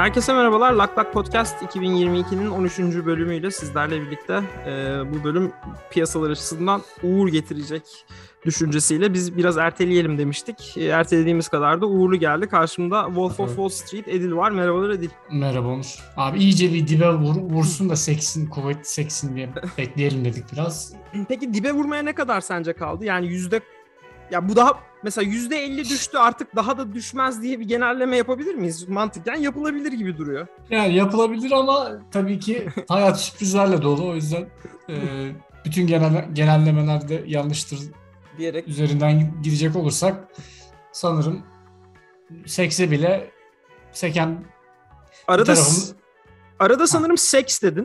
Herkese merhabalar. Lak Lak Podcast 2022'nin 13. bölümüyle sizlerle birlikte bu bölüm piyasalar açısından uğur getirecek düşüncesiyle biz biraz erteleyelim demiştik. Ertelediğimiz kadar da uğurlu geldi. Karşımda Wolf of Wall Street Edil var. Merhabalar Edil. Merhaba Onur. Abi iyice bir dibe vursun da seksin, kuvvet seksin diye bekleyelim dedik biraz. Peki dibe vurmaya ne kadar sence kaldı? Yani ya bu daha mesela %50 düştü, artık daha da düşmez diye bir genelleme yapabilir miyiz? Mantıken yapılabilir gibi duruyor. Yani yapılabilir ama tabii ki hayat sürprizlerle dolu. O yüzden bütün genellemeler de yanlıştır diyerek üzerinden gidecek olursak sanırım sekse bile seken arada sanırım seks dedin.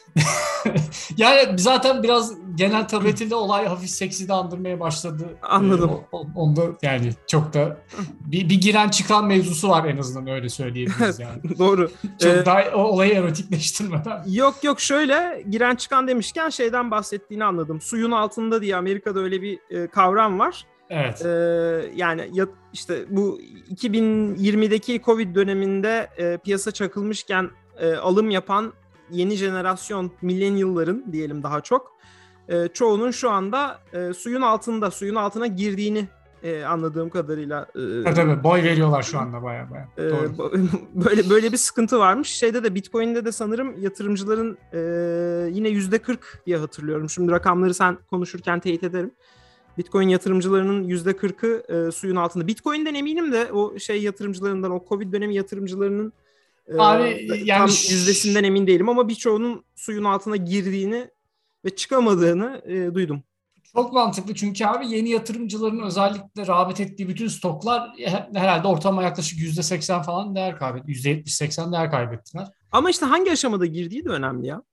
Yani zaten biraz genel tabiatıyla olay hafif seksi de andırmaya başladı. Anladım. Onda yani çok da bir giren çıkan mevzusu var, en azından öyle söyleyebiliriz yani. Doğru. Çok daha olayı erotikleştirmeden. Yok şöyle giren çıkan demişken şeyden bahsettiğini anladım. Suyun altında diye Amerika'da öyle bir kavram var. Evet. Yani işte bu 2020'deki Covid döneminde piyasa çakılmışken alım yapan yeni jenerasyon millennial'ların diyelim daha çok çoğunun şu anda suyun altına girdiğini anladığım kadarıyla. Tabii boy veriyorlar şu anda baya. Doğru. Böyle bir sıkıntı varmış. Şeyde de Bitcoin'de de sanırım yatırımcıların yine %40 diye hatırlıyorum. Şimdi rakamları sen konuşurken teyit ederim. Bitcoin yatırımcılarının %40'ı suyun altında. Bitcoin'den eminim de o yatırımcılarından, o Covid dönemi yatırımcılarının Abi yani tam yüzdesinden emin değilim ama birçoğunun suyun altına girdiğini ve çıkamadığını duydum. Çok mantıklı çünkü abi yeni yatırımcıların özellikle rağbet ettiği bütün stoklar herhalde ortalama yaklaşık %80 falan değer kaybetti. %70-80 değer kaybettiler. Ama işte hangi aşamada girdiği de önemli ya.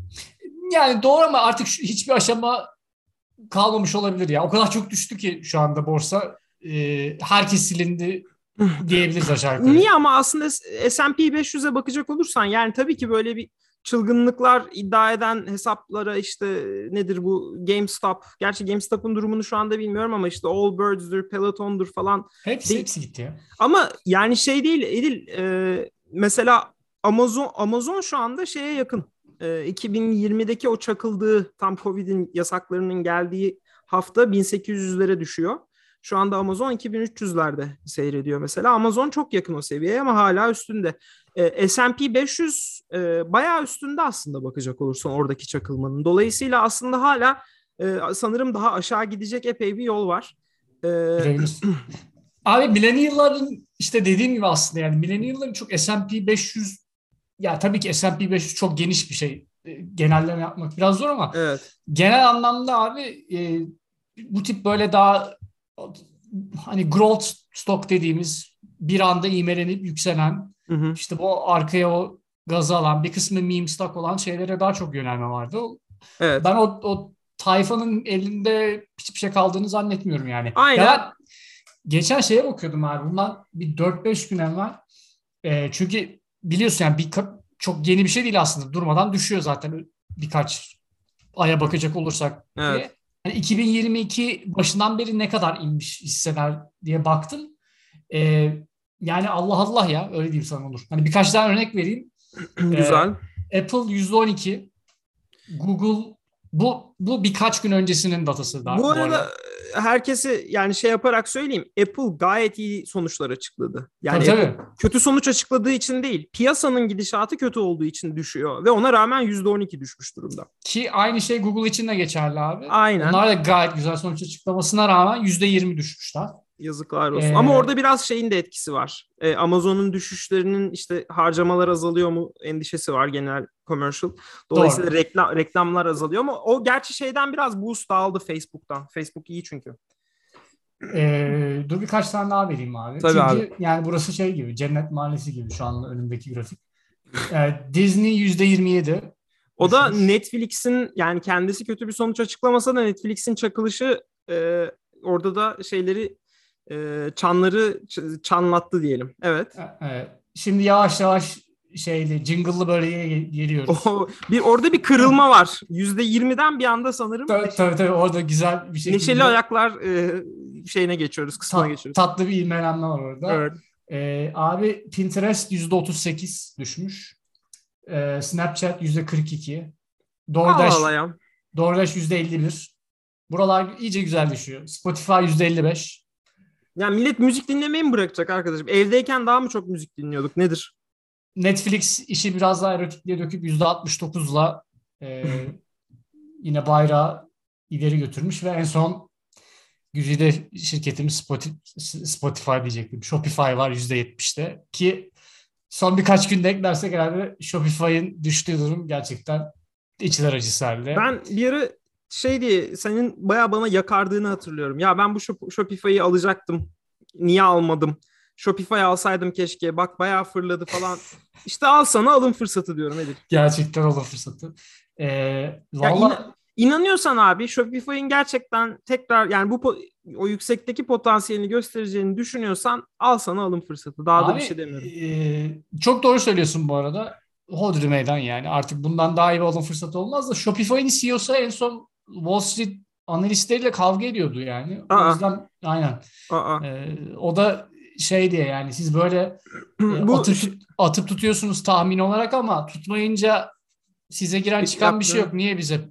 Yani doğru ama artık hiçbir aşama kalmamış olabilir ya. O kadar çok düştü ki şu anda borsa. Herkes silindi diyebiliriz aşağı yukarı. Niye ama aslında S&P 500'e bakacak olursan yani tabii ki böyle bir çılgınlıklar iddia eden hesaplara işte nedir bu GameStop. Gerçi GameStop'un durumunu şu anda bilmiyorum ama işte Allbirds'dur, Peloton'dur falan. Hepsi gitti ya. Ama yani şey değil Edil, mesela Amazon şu anda şeye yakın. 2020'deki o çakıldığı tam Covid'in yasaklarının geldiği hafta 1800'lere düşüyor. Şu anda Amazon 2300'lerde seyrediyor mesela. Amazon çok yakın o seviyeye ama hala üstünde. S&P 500 bayağı üstünde aslında bakacak olursan oradaki çakılmanın. Dolayısıyla aslında hala sanırım daha aşağı gidecek epey bir yol var. Abi millennial'ların işte dediğim gibi aslında yani millennial'ların çok S&P 500, ya tabii ki S&P 500 çok geniş bir şey. Genelleme yapmak biraz zor ama evet. Genel anlamda abi bu tip böyle daha hani growth stock dediğimiz bir anda ivmelenip yükselen, işte bu arkaya o gazı alan, bir kısmı meme stock olan şeylere daha çok yönelme vardı. Evet. Ben o tayfanın elinde hiçbir şey kaldığını zannetmiyorum yani. Aynen. Ben geçen şeye bakıyordum abi. Bundan bir 4-5 gün evvel. Çünkü biliyorsun yani çok yeni bir şey değil aslında. Durmadan düşüyor zaten birkaç aya bakacak olursak diye. Evet. Yani 2022 başından beri ne kadar inmiş hisseler diye baktım. Yani Allah ya, öyle diyeyim sana Onur. Hani birkaç tane örnek vereyim. Güzel. Apple %12, Google bu birkaç gün öncesinin datası da. Bu arada herkesi yani şey yaparak söyleyeyim. Apple gayet iyi sonuçlar açıkladı. Yani tabii. Kötü sonuç açıkladığı için değil. Piyasanın gidişatı kötü olduğu için düşüyor. Ve ona rağmen %12 düşmüş durumda. Ki aynı şey Google için de geçerli abi. Aynen. Onlar da gayet güzel sonuç açıklamasına rağmen %20 düşmüşler. Yazıklar olsun. Ama orada biraz şeyin de etkisi var. Amazon'un düşüşlerinin işte harcamalar azalıyor mu endişesi var, genel commercial. Dolayısıyla reklamlar azalıyor ama o gerçi şeyden biraz boost aldı Facebook'tan. Facebook iyi çünkü. Dur birkaç tane daha vereyim abi. Tabii çünkü abi. Yani burası şey gibi, cennet mahallesi gibi şu anda önümdeki grafik. Disney %27. O da Netflix'in, yani kendisi kötü bir sonuç açıklamasa da Netflix'in çakılışı orada da şeyleri çanları çanlattı diyelim. Evet. Şimdi yavaş yavaş jingle'lı bölgeye geliyoruz. Orada bir kırılma var. %20'den bir anda sanırım. Tabii orada güzel bir şekilde. Neşeli ayaklar şeyine geçiyoruz, kısmına geçiyoruz. Tatlı bir ilmelenme var orada. Evet. Abi Pinterest %38 düşmüş. Snapchat %42. Allah DoorDash, Allah ya. DoorDash %51. Buralar iyice güzel düşüyor. Spotify %55. Yani millet müzik dinlemeyi mi bırakacak arkadaşım? Evdeyken daha mı çok müzik dinliyorduk? Nedir? Netflix işi biraz daha erotikliğe döküp %69'la yine bayrağı ileri götürmüş ve en son güzide şirketimiz Spotify diyecektim. Shopify var %70'te ki son birkaç günde eklersek herhalde Shopify'ın düştüğü durum gerçekten içler acısı halde. Ben bir ara şey diye senin bayağı bana yakardığını hatırlıyorum. Ya ben bu Shopify'yi alacaktım. Niye almadım? Shopify alsaydım keşke. Bak bayağı fırladı falan. İşte al sana alım fırsatı diyorum Edil. Gerçekten olur fırsatı. Valla inanıyorsan abi Shopify'in gerçekten tekrar yani o yüksekteki potansiyelini göstereceğini düşünüyorsan al sana alım fırsatı. Daha da bir şey demiyorum. Çok doğru söylüyorsun bu arada. Hodri meydan yani. Artık bundan daha iyi bir alım fırsatı olmaz da Shopify'in CEO'su en son Wall Street analistleriyle kavga ediyordu yani. O yüzden aynen. O da şey diye yani siz böyle atıp tutuyorsunuz tahmin olarak ama tutmayınca size giren çıkan bir şey yok. Niye bize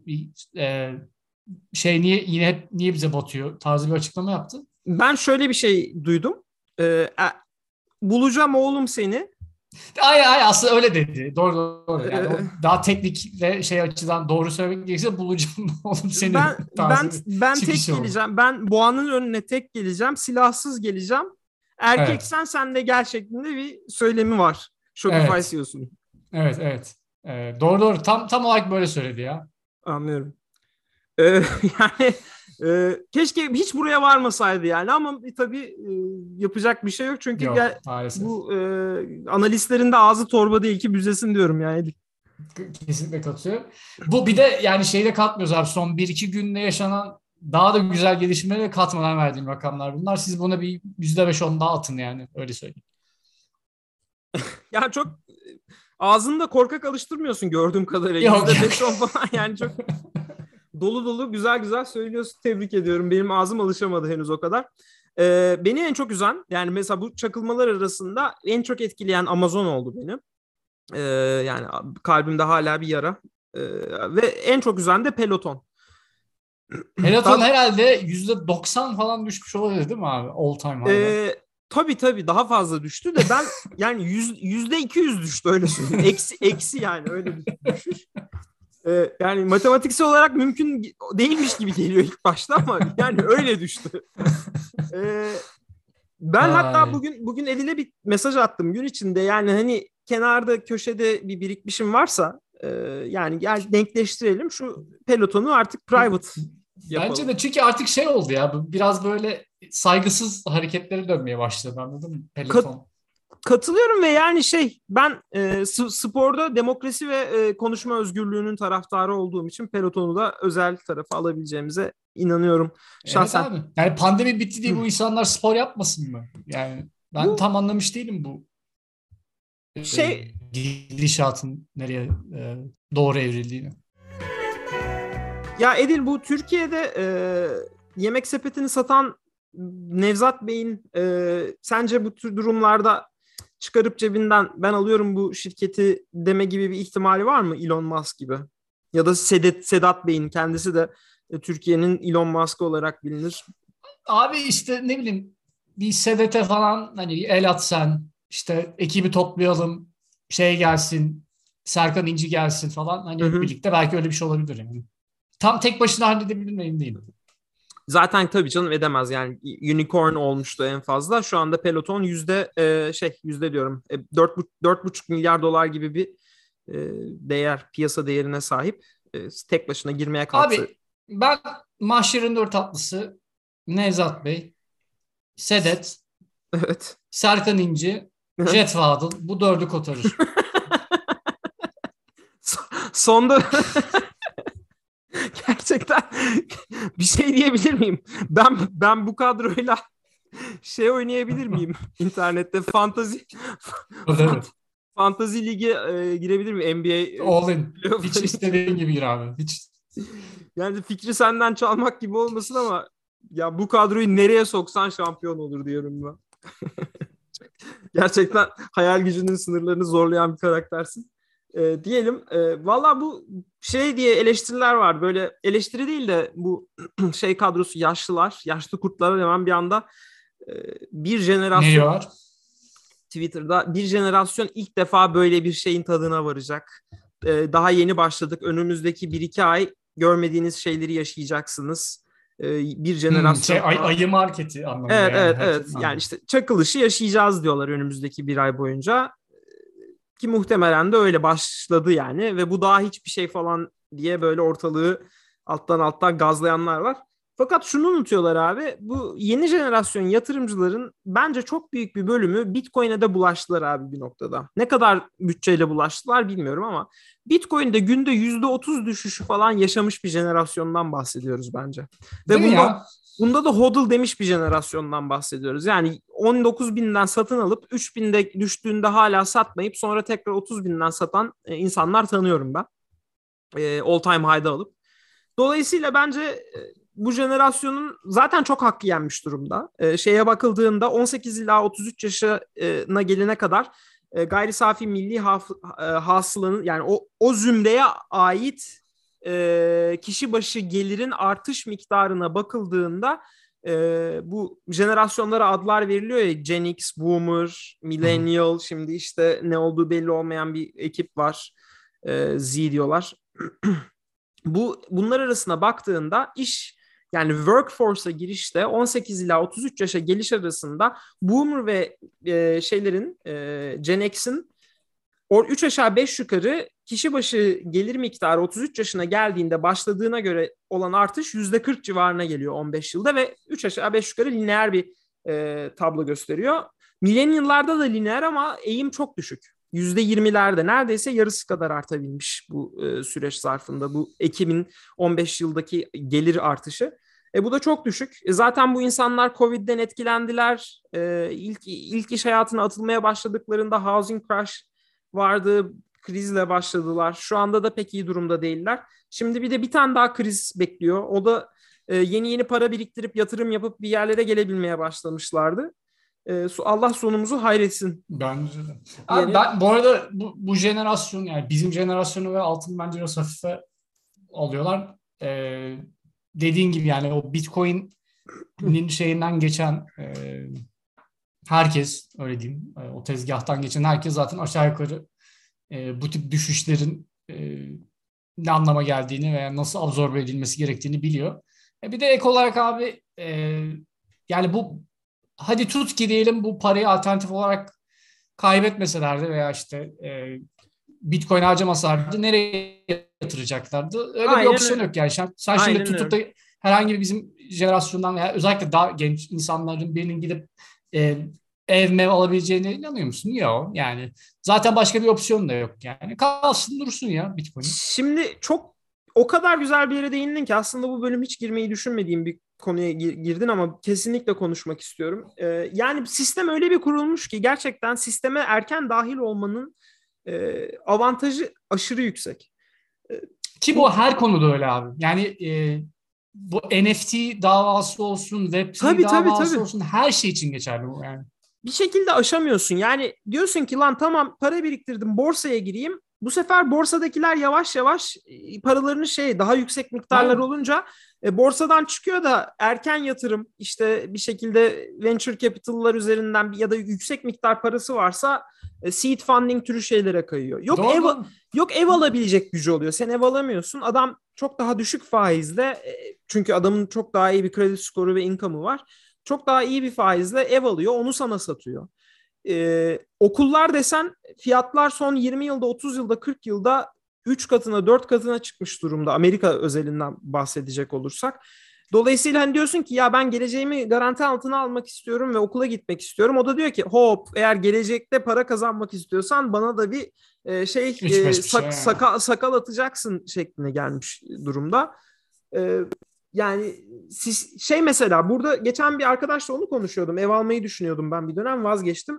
niye bize batıyor tarzı bir açıklama yaptı. Ben şöyle bir şey duydum. Bulacağım oğlum seni. Ay aslında öyle dedi. Doğru. Yani daha teknik ve şey açıdan doğru söylemek gerekirse bulacağım oğlum seni. Ben tek geleceğim. Ben boğanın önüne tek geleceğim. Silahsız geleceğim. Erkeksen sen de gel şeklinde bir söylemi var. Shopify CEO'sunun. Evet. Doğru. Tam olarak böyle söyledi ya. Anlıyorum. Yani keşke hiç buraya varmasaydı yani ama tabii yapacak bir şey yok çünkü bu analistlerin de ağzı torba değil ki büzesin diyorum yani. Kesinlikle katılıyorum. Bu bir de yani şeyde katmıyoruz abi son 1-2 günde yaşanan daha da güzel gelişmeleri katmadan verdiğim rakamlar bunlar. Siz buna bir %5-10 daha atın yani öyle söyleyeyim. Ya çok ağzını korkak alıştırmıyorsun gördüğüm kadarıyla. %5-10 falan yani çok dolu güzel söylüyorsun. Tebrik ediyorum. Benim ağzım alışamadı henüz o kadar. Beni en çok üzen yani mesela bu çakılmalar arasında en çok etkileyen Amazon oldu benim. Yani kalbimde hala bir yara. Ve en çok üzen de Peloton. Peloton herhalde %90 falan düşmüş olabilir değil mi abi? All time high'da. Tabii daha fazla düştü de ben yani %200 düştü öyle söyleyeyim. Eksi yani öyle bir düşüş. Yani matematiksel olarak mümkün değilmiş gibi geliyor ilk başta ama yani öyle düştü. Ben hatta bugün Edil'e bir mesaj attım gün içinde yani hani kenarda köşede bir birikmişim varsa yani gel denkleştirelim şu Peloton'u artık private yapalım. Bence de çünkü artık şey oldu ya biraz böyle saygısız hareketlere dönmeye başladı anladın mı Peloton? Katılıyorum ve yani ben sporda demokrasi ve konuşma özgürlüğünün taraftarı olduğum için Peloton'u da özel tarafa alabileceğimize inanıyorum şahsen. Evet abi. Yani pandemi bitti diye bu insanlar spor yapmasın mı? Yani ben tam anlamış değilim bu gidişatın nereye doğru evrildiğini. Ya Edil bu Türkiye'de yemek sepetini satan Nevzat Bey'in sence bu tür durumlarda çıkarıp cebinden ben alıyorum bu şirketi deme gibi bir ihtimali var mı Elon Musk gibi? Ya da Sedat Bey'in kendisi de Türkiye'nin Elon Musk olarak bilinir. Abi işte ne bileyim bir Sedet'e falan hani el atsan işte ekibi toplayalım gelsin Serkan İnci gelsin falan hani birlikte belki öyle bir şey olabilir yani. Tam tek başına halledebilir miyim değil. Zaten tabii canım edemez yani unicorn olmuştu en fazla. Şu anda Peloton yüzde diyorum 4,5 milyar dolar gibi bir piyasa değerine sahip. Tek başına girmeye kalksa. Abi ben Mahşer'in 4 atlısı Nevzat Bey, Sedet, evet. Serkan İnci, Jet Fadıl bu 4'ü kotarır. Sonda gerçekten bir şey diyebilir miyim? Ben bu kadroyla oynayabilir miyim internette fantazi ligi girebilir miyim NBA? All in. Hiç istediğin gibi gir abi. Hiç. Yani fikri senden çalmak gibi olmasın ama ya bu kadroyu nereye soksan şampiyon olur diyorum ben. Gerçekten hayal gücünün sınırlarını zorlayan bir karaktersin. Diyelim. Valla bu şey diye eleştiriler var. Böyle eleştiri değil de bu şey kadrosu yaşlılar, yaşlı kurtlar hemen bir anda e, bir Ne jenerasyon diyorlar? Twitter'da bir jenerasyon ilk defa böyle bir şeyin tadına varacak. Daha yeni başladık. Önümüzdeki 1-2 ay görmediğiniz şeyleri yaşayacaksınız. Bir jenerasyon falan. Ayı marketi anlamında Evet, yani. evet, evet. Herkesin Yani anladığı. işte çakılışı yaşayacağız diyorlar önümüzdeki 1 ay boyunca. Ki muhtemelen de öyle başladı yani. Ve bu daha hiçbir şey falan diye böyle ortalığı alttan gazlayanlar var. Fakat şunu unutuyorlar abi. Bu yeni jenerasyon yatırımcıların bence çok büyük bir bölümü Bitcoin'e de bulaştılar abi bir noktada. Ne kadar bütçeyle bulaştılar bilmiyorum ama Bitcoin'de günde %30 düşüşü falan yaşamış bir jenerasyondan bahsediyoruz bence. Değil Ve mi ya? bunda da hodl demiş bir jenerasyondan bahsediyoruz. Yani 19 binden satın alıp 3 binde düştüğünde hala satmayıp sonra tekrar 30 binden satan insanlar tanıyorum ben. All time high'da alıp. Dolayısıyla bence bu jenerasyonun zaten çok hakkı yenmiş durumda. Şeye bakıldığında 18 ila 33 yaşına gelene kadar gayri safi milli hasılanın yani o zümreye ait kişi başı gelirin artış miktarına bakıldığında bu jenerasyonlara adlar veriliyor ya, Gen X, Boomer, Hı-hı. Millennial, şimdi işte ne olduğu belli olmayan bir ekip var. Z diyorlar. Bunlar arasına baktığında iş yani workforce'a girişte 18 ila 33 yaşa geliş arasında Boomer ve Gen X'in 3 aşağı 5 yukarı kişi başı gelir miktarı 33 yaşına geldiğinde başladığına göre olan artış %40 civarına geliyor 15 yılda ve 3 aşağı 5 yukarı lineer bir tablo gösteriyor. Millennial'larda da lineer ama eğim çok düşük. %20'lerde neredeyse yarısı kadar artabilmiş bu süreç zarfında bu Ekim'in 15 yıldaki gelir artışı. Bu da çok düşük. Zaten bu insanlar Covid'den etkilendiler. İlk iş hayatına atılmaya başladıklarında housing crash vardı, krizle başladılar. Şu anda da pek iyi durumda değiller. Şimdi bir de bir tane daha kriz bekliyor. O da yeni para biriktirip yatırım yapıp bir yerlere gelebilmeye başlamışlardı. Allah sonumuzu hayretsin Bence de. Abi diyelim. ben bu arada bu jenerasyon yani bizim jenerasyonu ve altın bence biraz hafife alıyorlar. Dediğin gibi yani o Bitcoin'in şeyinden geçen herkes öyle diyeyim o tezgahtan geçen herkes zaten aşağı yukarı bu tip düşüşlerin ne anlama geldiğini veya nasıl absorbe edilmesi gerektiğini biliyor. Bir de ek olarak abi yani bu hadi tut ki diyelim bu parayı alternatif olarak kaybetmeselerdi veya işte Bitcoin harcamasalardı nereye yatıracaklardı? Öyle bir Aynen opsiyon öyle. yok yani. Sen şimdi Aynen tutup öyle. da herhangi bir bizim jenerasyondan veya özellikle daha genç insanların birinin gidip e, ev mev alabileceğine inanıyor musun? Yok. Yani zaten başka bir opsiyon da yok yani. Kalsın dursun ya Bitcoin'i. Şimdi çok o kadar güzel bir yere değindin ki aslında bu bölüm hiç girmeyi düşünmediğim bir konuya girdin ama kesinlikle konuşmak istiyorum. Yani sistem öyle bir kurulmuş ki gerçekten sisteme erken dahil olmanın avantajı aşırı yüksek. E, Ki bu bu her konuda öyle abi. Yani bu NFT davası olsun, Web3 tabii, tabii, davası tabii. olsun her şey için geçerli bu yani. Bir şekilde aşamıyorsun. Yani diyorsun ki lan tamam para biriktirdim borsaya gireyim. Bu sefer borsadakiler yavaş yavaş paralarını daha yüksek miktarlar Aynen. olunca borsadan çıkıyor da erken yatırım işte bir şekilde venture capital'lar üzerinden ya da yüksek miktar parası varsa seed funding türü şeylere kayıyor. Doğru doğru. Yok ev alabilecek gücü oluyor. Sen ev alamıyorsun. Adam çok daha düşük faizle çünkü adamın çok daha iyi bir kredi skoru ve income'ı var. Çok daha iyi bir faizle ev alıyor, onu sana satıyor. Okullar desen fiyatlar son 20 yılda, 30 yılda, 40 yılda 3 katına, 4 katına çıkmış durumda. Amerika özelinden bahsedecek olursak. Dolayısıyla hani diyorsun ki ya ben geleceğimi garanti altına almak istiyorum ve okula gitmek istiyorum. O da diyor ki hop eğer gelecekte para kazanmak istiyorsan bana da bir 3-5 bir şey yani. sakal atacaksın şekline gelmiş durumda. E, Yani mesela burada geçen bir arkadaşla onu konuşuyordum. Ev almayı düşünüyordum ben bir dönem vazgeçtim.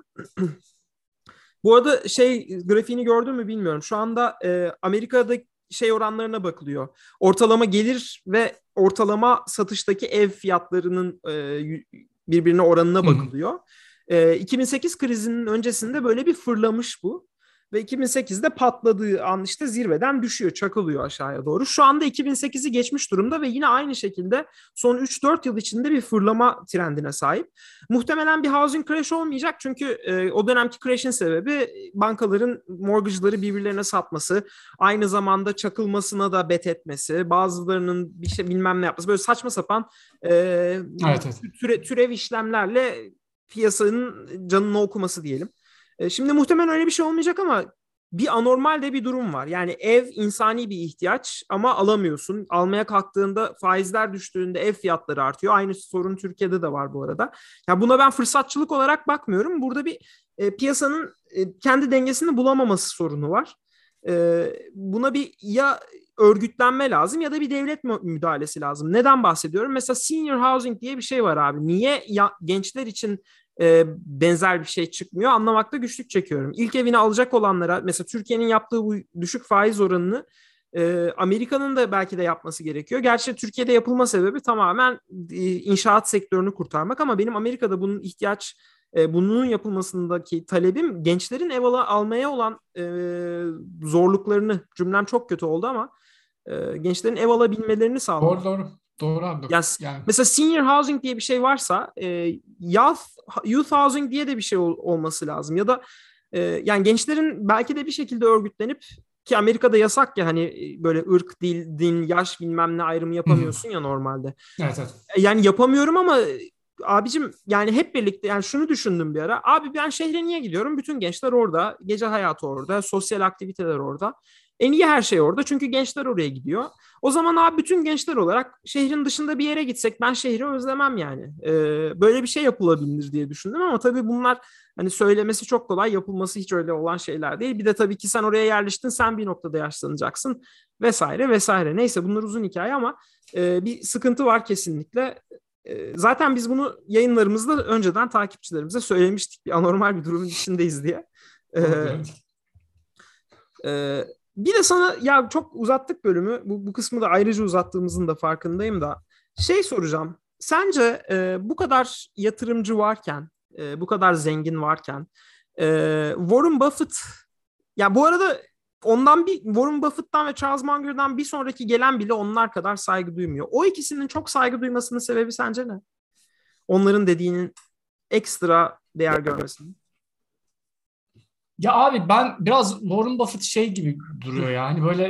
Bu arada grafiğini gördün mü bilmiyorum. Şu anda Amerika'da oranlarına bakılıyor. Ortalama gelir ve ortalama satıştaki ev fiyatlarının birbirine oranına bakılıyor. 2008 krizinin öncesinde böyle bir fırlamış bu. Ve 2008'de patladığı an işte zirveden düşüyor, çakılıyor aşağıya doğru. Şu anda 2008'i geçmiş durumda ve yine aynı şekilde son 3-4 yıl içinde bir fırlama trendine sahip. Muhtemelen bir housing crash olmayacak çünkü o dönemki crash'in sebebi bankaların mortgage'ları birbirlerine satması, aynı zamanda çakılmasına da bet etmesi, bazılarının bir şey bilmem ne yapması, böyle saçma sapan Evet. türev işlemlerle piyasanın canını okuması diyelim. Şimdi muhtemelen öyle bir şey olmayacak ama bir anormal de bir durum var. Yani ev insani bir ihtiyaç ama alamıyorsun. Almaya kalktığında faizler düştüğünde ev fiyatları artıyor. Aynı sorun Türkiye'de de var bu arada. Ya buna ben fırsatçılık olarak bakmıyorum. Burada bir piyasanın kendi dengesini bulamaması sorunu var. Buna bir ya örgütlenme lazım ya da bir devlet müdahalesi lazım. Neden bahsediyorum? Mesela senior housing diye bir şey var abi. Niye gençler için benzer bir şey çıkmıyor anlamakta güçlük çekiyorum. İlk evini alacak olanlara mesela Türkiye'nin yaptığı bu düşük faiz oranını Amerika'nın da belki de yapması gerekiyor. Gerçi Türkiye'de yapılma sebebi tamamen inşaat sektörünü kurtarmak ama benim Amerika'da bunun yapılmasındaki talebim gençlerin ev almaya olan zorluklarını, cümlem çok kötü oldu ama gençlerin ev alabilmelerini sağlamak. Doğru abi. Yani mesela senior housing diye bir şey varsa youth housing diye de bir şey olması lazım. Ya da yani gençlerin belki de bir şekilde örgütlenip ki Amerika'da yasak ya hani böyle ırk, dil, din, yaş bilmem ne ayrımı yapamıyorsun ya normalde. Evet. Yani yapamıyorum ama abicim yani hep birlikte yani şunu düşündüm bir ara. Abi ben şehre niye gidiyorum? Bütün gençler orada. Gece hayatı orada. Sosyal aktiviteler orada. En iyi her şey orada. Çünkü gençler oraya gidiyor. O zaman abi bütün gençler olarak şehrin dışında bir yere gitsek ben şehri özlemem yani. Böyle bir şey yapılabilir diye düşündüm ama tabii bunlar hani söylemesi çok kolay, yapılması hiç öyle olan şeyler değil. Bir de tabii ki sen oraya yerleştin, sen bir noktada yaşlanacaksın vesaire vesaire. Neyse bunlar uzun hikaye ama bir sıkıntı var kesinlikle. Zaten biz bunu yayınlarımızda önceden takipçilerimize söylemiştik. Bir anormal bir durumun içindeyiz diye. Bir de sana ya çok uzattık bölümü. Bu kısmı da ayrıca uzattığımızın da farkındayım da. Şey soracağım. Sence bu kadar yatırımcı varken, bu kadar zengin varken Warren Buffett ya bu arada Warren Buffett'tan ve Charles Munger'dan bir sonraki gelen bile onlar kadar saygı duymuyor. O ikisinin çok saygı duymasının sebebi sence ne? Onların dediğinin ekstra değer görmesinin. Ya abi ben biraz Warren Buffett şey gibi duruyor ya. Hani böyle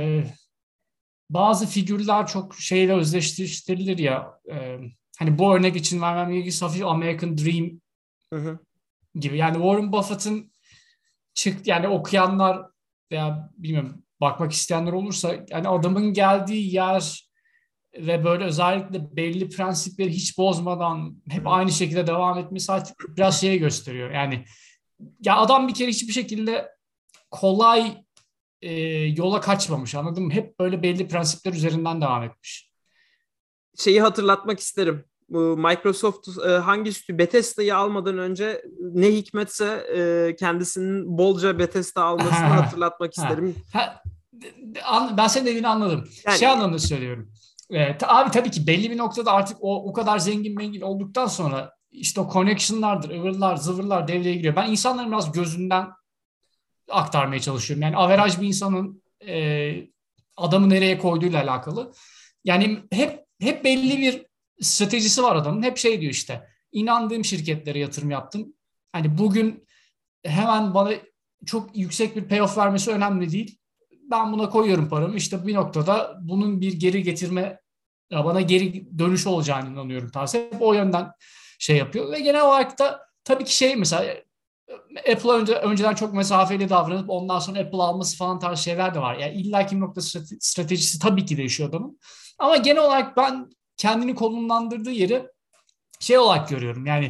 bazı figürler çok şeyle özdeştirilir ya. Hani bu örnek için vermem gerekirse hafif American Dream gibi. Yani Warren Buffett'ın yani okuyanlar veya bilmiyorum bakmak isteyenler olursa yani adamın geldiği yer ve böyle özellikle belli prensipleri hiç bozmadan hep aynı şekilde devam etmesi biraz şeye gösteriyor. Yani ya adam bir kere hiçbir şekilde kolay yola kaçmamış, anladın mı? Hep böyle belli prensipler üzerinden devam etmiş. Şeyi hatırlatmak isterim. Bu Microsoft hangi Bethesda'yı almadan önce ne hikmetse kendisinin bolca Bethesda almasını hatırlatmak isterim. Ben senin dediğini anladım. Yani, anlamda söylüyorum. Abi tabii ki belli bir noktada artık o kadar zengin olduktan sonra işte o connection'lardır, ıvırlar, zıvırlar devreye giriyor. Ben insanların biraz gözünden aktarmaya çalışıyorum. Yani averaj bir insanın adamı nereye koyduğuyla alakalı. Yani hep belli bir stratejisi var adamın. Hep şey diyor işte. İnandığım şirketlere yatırım yaptım. Hani bugün hemen bana çok yüksek bir payoff vermesi önemli değil. Ben buna koyuyorum paramı. İşte bir noktada bunun bir geri getirme, bana geri dönüşü olacağını inanıyorum. Hep o yönden şey yapıyor. Ve genel olarak da tabii ki mesela Apple'a önceden çok mesafeli davranıp ondan sonra Apple alması falan tarz şeyler de var. Yani illaki bir nokta stratejisi tabii ki değişiyor adamın. Ama genel olarak ben kendini konumlandırdığı yeri şey olarak görüyorum. Yani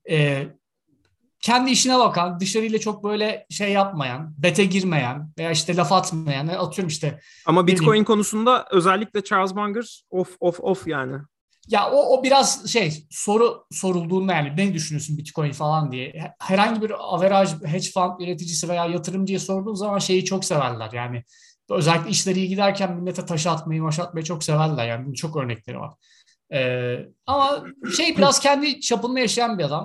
kendi işine bakan, dışarıyla çok böyle şey yapmayan, bete girmeyen veya işte laf atmayan, atıyorum işte. Ama Bitcoin konusunda özellikle Charles Munger off yani. Ya o biraz soru sorulduğunda yani ne düşünüyorsun Bitcoin falan diye. Herhangi bir average hedge fund üreticisi veya yatırımcıya sorduğun zaman şeyi çok severler. Yani özellikle işleri iyi giderken millete taş atmayı çok severler. Yani bunun çok örnekleri var. Ama biraz kendi çapında yaşayan bir adam.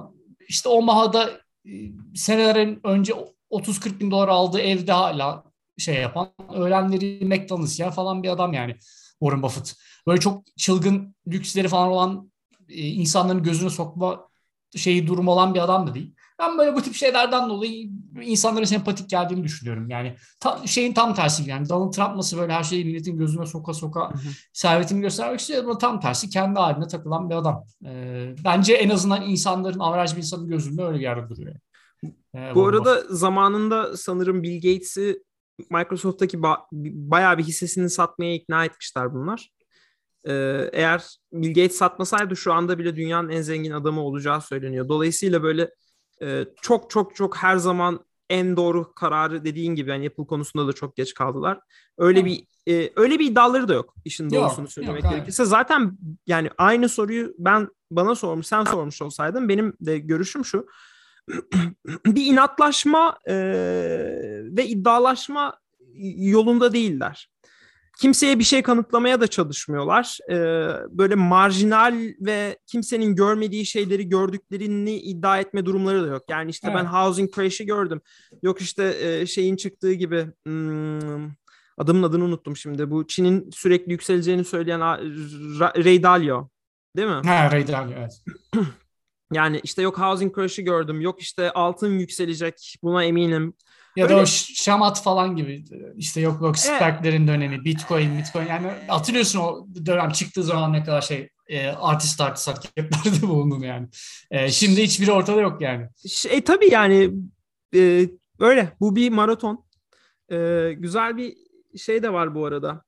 işte Omaha'da senelerin önce 30-40 bin dolar aldığı evde hala şey yapan, öğlenleri McDonald's ya falan bir adam yani Warren Buffett. Böyle çok çılgın lüksleri falan olan insanların gözüne sokma durum olan bir adam da değil. Ben böyle bu tip şeylerden dolayı insanlara sempatik geldiğini düşünüyorum. Yani şeyin tam tersi yani Donald Trump nasıl böyle her şeyi milletin gözüne soka soka servetini göstermek istiyor ama tam tersi kendi haline takılan bir adam. Bence en azından insanların, averaj bir insanın gözünde öyle bir yerde duruyor. Bu arada zamanında sanırım Bill Gates'i Microsoft'taki bayağı bir hissesini satmaya ikna etmişler bunlar. Eğer Bill Gates satmasaydı şu anda bile dünyanın en zengin adamı olacağı söyleniyor. Dolayısıyla böyle çok çok çok her zaman en doğru kararı dediğin gibi yani Apple konusunda da çok geç kaldılar. Öyle bir iddiaları da yok işin doğrusunu söylemek gerekirse. Zaten yani aynı soruyu bana sen sormuş olsaydın benim de görüşüm şu. Bir inatlaşma ve iddialaşma yolunda değiller. Kimseye bir şey kanıtlamaya da çalışmıyorlar. Böyle marjinal ve kimsenin görmediği şeyleri gördüklerini iddia etme durumları da yok. Yani işte ben housing crash'i gördüm. Yok işte şeyin çıktığı gibi adamın adını unuttum şimdi. Bu Çin'in sürekli yükseleceğini söyleyen Ray Dalio. Değil mi? Ray Dalio evet. Yani işte yok housing crash'ı gördüm. Yok işte altın yükselecek. Buna eminim. Ya da o şamat falan gibi işte yok SPAC'lerin dönemi, Bitcoin yani hatırlıyorsun o dönem çıktığı zaman ne kadar artist hareketlerde bulundun yani. Şimdi hiçbiri ortada yok yani. Tabii yani öyle bu bir maraton. Güzel bir şey de var bu arada.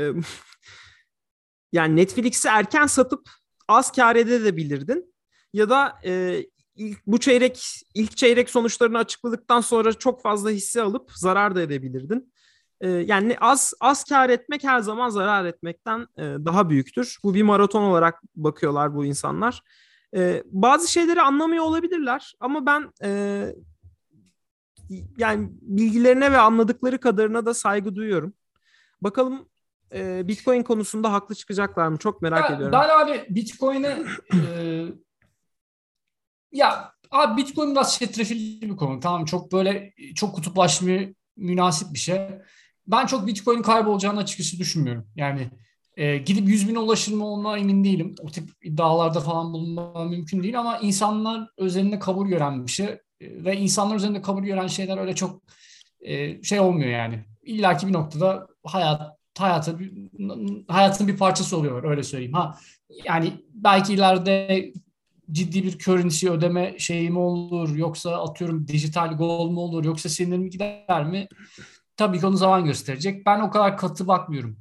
Yani Netflix'i erken satıp az kar edebilirdin. Ya da ilk çeyrek sonuçlarını açıkladıktan sonra çok fazla hisse alıp zarar da edebilirdin. Yani az kar etmek her zaman zarar etmekten daha büyüktür. Bu bir maraton olarak bakıyorlar bu insanlar. Bazı şeyleri anlamıyor olabilirler ama ben yani bilgilerine ve anladıkları kadarına da saygı duyuyorum. Bakalım Bitcoin konusunda haklı çıkacaklar mı? Çok merak ediyorum. Ben abi Bitcoin'e ya abi Bitcoin biraz çetrefilli bir konu. Tamam çok böyle çok kutuplaşmaya münasip bir şey. Ben çok Bitcoin'in kaybolacağını açıkçası düşünmüyorum. Yani gidip 100.000'e ulaşır mı onunla emin değilim. O tip iddialarda falan bulunma mümkün değil ama insanlar özelinde kabul gören bir şey. Ve insanlar üzerinde kabul gören şeyler öyle çok şey olmuyor yani. İlla ki bir noktada hayatın bir parçası oluyor öyle söyleyeyim. Yani belki ileride ciddi bir currency ödeme şeyi mi olur yoksa atıyorum dijital gold mu olur yoksa sinir mi gider mi? Tabii ki onu zaman gösterecek. Ben o kadar katı bakmıyorum.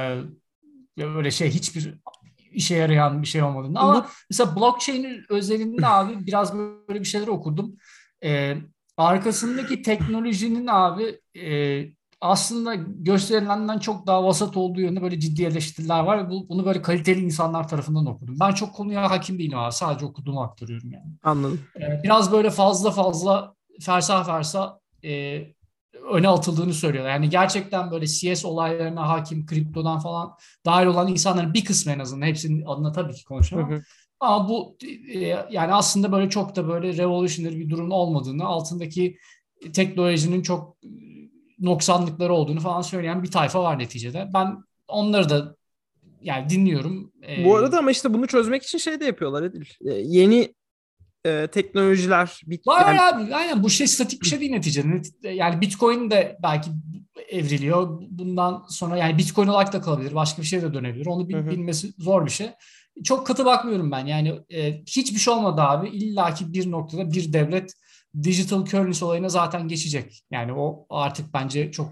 Böyle hiçbir işe yarayan bir şey olmadığını. Ama mesela blockchain'in özelinde abi biraz böyle bir şeyler okudum. Arkasındaki teknolojinin abi aslında gösterilenden çok daha vasat olduğu yönünde böyle ciddi eleştiriler var. Bunu böyle kaliteli insanlar tarafından okudum. Ben çok konuya hakim değilim abi. Sadece okuduğumu aktarıyorum yani. Anladım. Biraz böyle fazla fersa öne atıldığını söylüyorlar. Yani gerçekten böyle CS olaylarına hakim, kriptodan falan dahil olan insanların bir kısmı en azından hepsinin adına tabii ki konuşamam. Ama bu yani aslında böyle çok da böyle revolutionary bir durum olmadığını, altındaki teknolojinin çok noksanlıkları olduğunu falan söyleyen bir tayfa var neticede. Ben onları da yani dinliyorum. Bu arada ama işte bunu çözmek için şey de yapıyorlar Edil. Yeni teknolojiler. Var abi. Aynen bu statik bir şey değil neticede. Yani Bitcoin de belki evriliyor. Bundan sonra yani Bitcoin olarak da kalabilir. Başka bir şey de dönebilir. Onu bilmesi zor bir şey. Çok katı bakmıyorum ben. Yani hiçbir şey olmadı abi. İlla ki bir noktada bir devlet digital currency olayına zaten geçecek. Yani o artık bence çok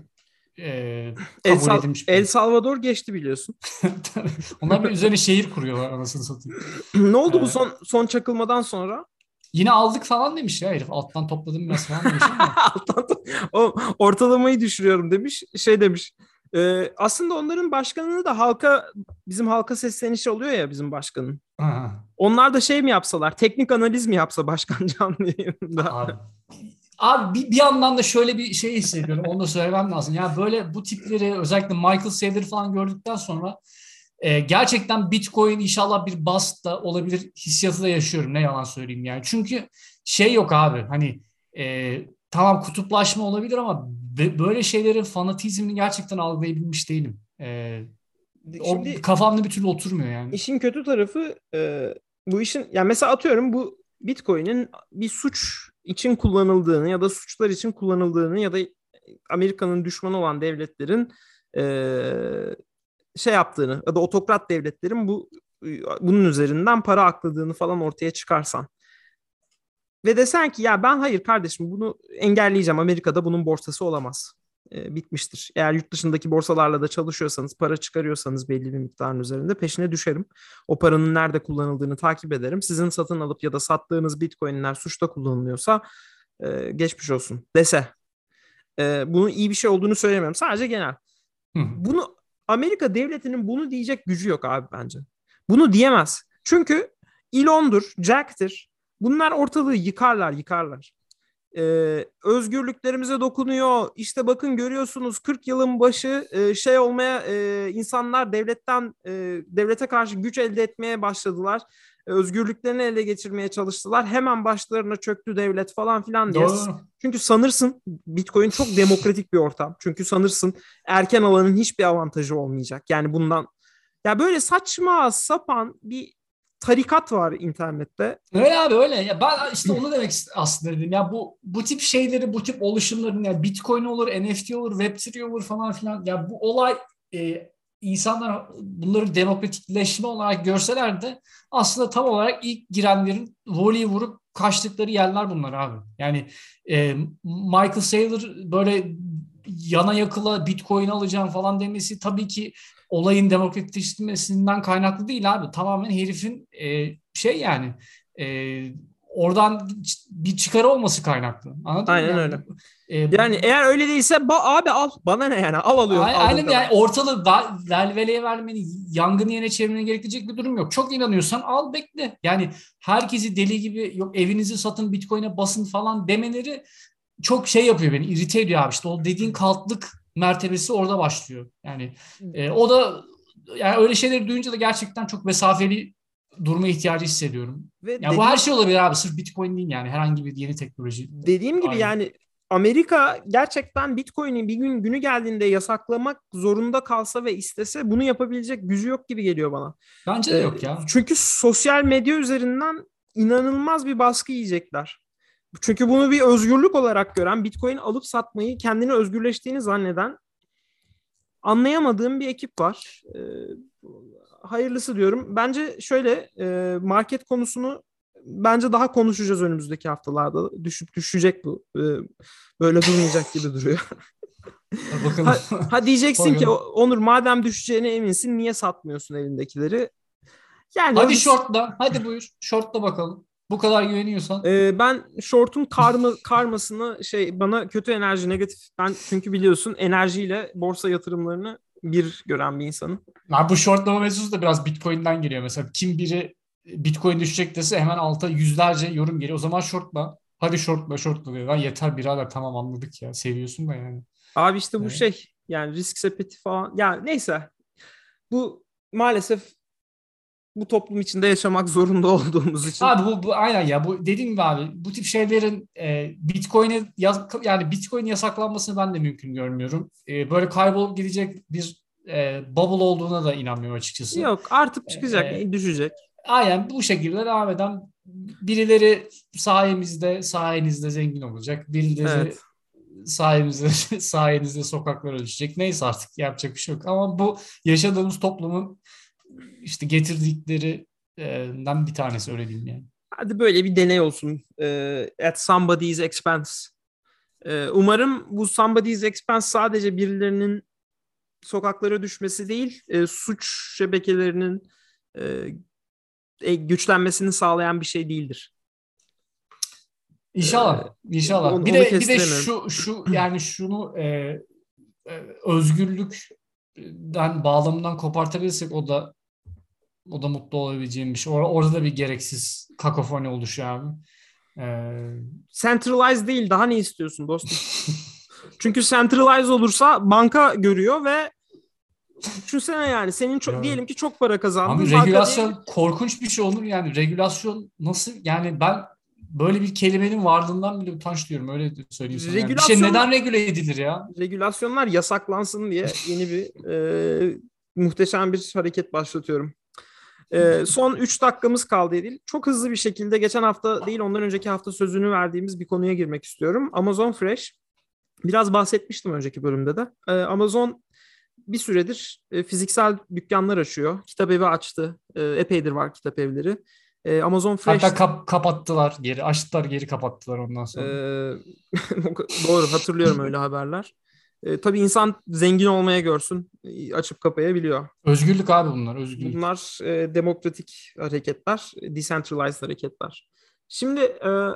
kabul edilmiş. El Salvador geçti biliyorsun. Onlar bir üzerine şehir kuruyorlar anasını satayım. Ne oldu bu son çakılmadan sonra? Yine aldık falan demiş ya herif. Alttan topladım biraz falan demiş ama. Ortalamayı düşürüyorum demiş. Demiş. Aslında onların başkanını da bizim halka seslenişi oluyor ya bizim başkanın. Onlar da mi yapsalar? Teknik analiz mi yapsa başkan canlı yayında? Abi bir yandan da şöyle bir şey hissediyorum. Onu da söylemem lazım. Yani böyle bu tipleri özellikle Michael Saylor'ı falan gördükten sonra Gerçekten Bitcoin inşallah bir bust da olabilir hissiyatı da yaşıyorum. Ne yalan söyleyeyim yani. Çünkü şey yok abi. Hani tamam kutuplaşma olabilir ama böyle şeylerin fanatizmini gerçekten algılayabilmiş değilim. O Şimdi kafamda bir türlü oturmuyor yani. işin kötü tarafı bu işin, yani mesela atıyorum bu Bitcoin'in bir suç için kullanıldığını ya da suçlar için kullanıldığını ya da Amerika'nın düşmanı olan devletlerin şey yaptığını ya da otokrat devletlerin bunun üzerinden para akladığını falan ortaya çıkarsan ve desen ki ya ben hayır kardeşim bunu engelleyeceğim, Amerika'da bunun borsası olamaz. Bitmiştir. Eğer yurt dışındaki borsalarla da çalışıyorsanız, para çıkarıyorsanız belli bir miktarın üzerinde peşine düşerim. O paranın nerede kullanıldığını takip ederim. Sizin satın alıp ya da sattığınız Bitcoin'ler suçta kullanılıyorsa geçmiş olsun dese. Bunun iyi bir şey olduğunu söylemiyorum. Sadece genel. Hı. Bunu Amerika devletinin bunu diyecek gücü yok abi bence. Bunu diyemez. Çünkü Elon'dur, Jack'tir. Bunlar ortalığı yıkarlar. Özgürlüklerimize dokunuyor. İşte bakın görüyorsunuz 40 yılın başı şey olmaya insanlar devlete karşı güç elde etmeye başladılar. Özgürlüklerini ele geçirmeye çalıştılar. Hemen başlarına çöktü devlet falan filan diye. Doğru. Çünkü sanırsın Bitcoin çok demokratik bir ortam. Çünkü sanırsın erken alanın hiçbir avantajı olmayacak. Yani bundan ya böyle saçma sapan bir tarikat var internette. Öyle abi öyle. Ya ben işte onu demek aslında dedim. Ya bu tip şeyleri, bu tip oluşumların ya Bitcoin olur, NFT olur, Web3 olur falan filan. Ya bu olay insanlar bunları demokratikleşme olarak görseler de aslında tam olarak ilk girenlerin voleyi vurup kaçtıkları yerler bunlar abi. Yani Michael Saylor böyle yana yakıla Bitcoin alacağım falan demesi tabii ki olayın demokratikleşmesinden kaynaklı değil abi. Tamamen herifin şey yani oradan bir çıkarı olması kaynaklı. Anladın mı? Aynen Yani, öyle. Yani eğer öyle değilse abi al. Bana ne yani? Alıyorsun aldığın aynen kadar. yani ortalığı velveleye vermeni, yangını yerine çevirmeni gerektirecek bir durum yok. Çok inanıyorsan al bekle. Yani herkesi deli gibi yok evinizi satın Bitcoin'e basın falan demeleri çok şey yapıyor beni, irite ediyor abi. İşte o dediğin kaltlık mertebesi orada başlıyor. Yani o da yani öyle şeyleri duyunca da gerçekten çok mesafeli durma ihtiyacı hissediyorum. Ve Yani bu her şey olabilir abi. Sırf Bitcoin değil yani. Herhangi bir yeni teknoloji dediğim gibi dahil. yani Amerika gerçekten Bitcoin'i bir günü geldiğinde yasaklamak zorunda kalsa ve istese bunu yapabilecek gücü yok gibi geliyor bana. Bence de yok ya. Çünkü sosyal medya üzerinden inanılmaz bir baskı yiyecekler. Çünkü bunu bir özgürlük olarak gören, Bitcoin alıp satmayı kendini özgürleştiğini zanneden anlayamadığım bir ekip var. Hayırlısı diyorum. Bence şöyle market konusunu bence daha konuşacağız önümüzdeki haftalarda. Düşecek bu. Böyle durmayacak gibi duruyor. Bakalım. Ha diyeceksin ki Bakalım. Onur madem düşeceğine eminsin niye satmıyorsun elindekileri? Yani Hadi shortla. Hadi buyur. Shortla bakalım. Bu kadar güveniyorsan. Ben short'un karmasını bana kötü enerji negatif. Ben çünkü biliyorsun enerjiyle borsa yatırımlarını bir gören bir insanım. Ya bu shortlama mevzusu da biraz Bitcoin'den geliyor. Mesela kim biri Bitcoin düşecek dese hemen alta yüzlerce yorum geliyor. O zaman shortla. Hadi shortla diyor. Lan yeter birader tamam anladık ya. Seviyorsun da yani. Abi işte bu Evet. yani risk sepeti falan. Yani neyse bu maalesef bu toplum içinde yaşamak zorunda olduğumuz için. Abi bu aynen ya bu dediğim gibi abi bu tip şeylerin yani Bitcoin yasaklanmasını ben de mümkün görmüyorum. Böyle kaybolup gidecek bir bubble olduğuna da inanmıyorum açıkçası. Yok artıp E, çıkacak, e, düşecek. aynen bu şekilde devam eden birileri sayenizde zengin olacak. Birileri Evet. sayenizde sokaklara düşecek. Neyse artık yapacak bir şey yok. Ama bu yaşadığımız toplumun işte getirdiklerinden bir tanesi öyle diyeyim yani. Hadi böyle bir deney olsun. At somebody's expense. Umarım bu somebody's expense sadece birilerinin sokaklara düşmesi değil, suç şebekelerinin güçlenmesini sağlayan bir şey değildir. İnşallah, inşallah. Bir Onu de bir de kestiremiyorum. şu yani şunu özgürlükten bağlamından kopartabilirsek o da mutlu olabileceğim bir şey. Orada da bir gereksiz kakofoni oluşuyor abi. E, Centralized değil, daha ne istiyorsun dostum? Çünkü centralized olursa banka görüyor ve düşünsene yani senin çok diyelim ki çok para kazandın. Abi regülasyon korkunç bir şey olur yani. Regülasyon nasıl yani ben böyle bir kelimenin varlığından bile utanç duyuyorum öyle söyleyeyim sana. Yani bir şey neden regüle edilir ya? Regülasyonlar yasaklansın diye yeni bir muhteşem bir hareket başlatıyorum. Son 3 dakikamız kaldı Edil. Çok hızlı bir şekilde geçen hafta değil ondan önceki hafta sözünü verdiğimiz bir konuya girmek istiyorum. Amazon Fresh. Biraz bahsetmiştim önceki bölümde de. Amazon bir süredir fiziksel dükkanlar açıyor. Kitap evi açtı. Epeydir var kitap evleri. Amazon Fresh... Hatta kapattılar geri. Açtılar geri kapattılar ondan sonra. Doğru hatırlıyorum öyle haberler. Tabii insan zengin olmaya görsün. Açıp kapayabiliyor. Özgürlük abi bunlar. Özgürlük. Bunlar demokratik hareketler. Decentralized hareketler. Şimdi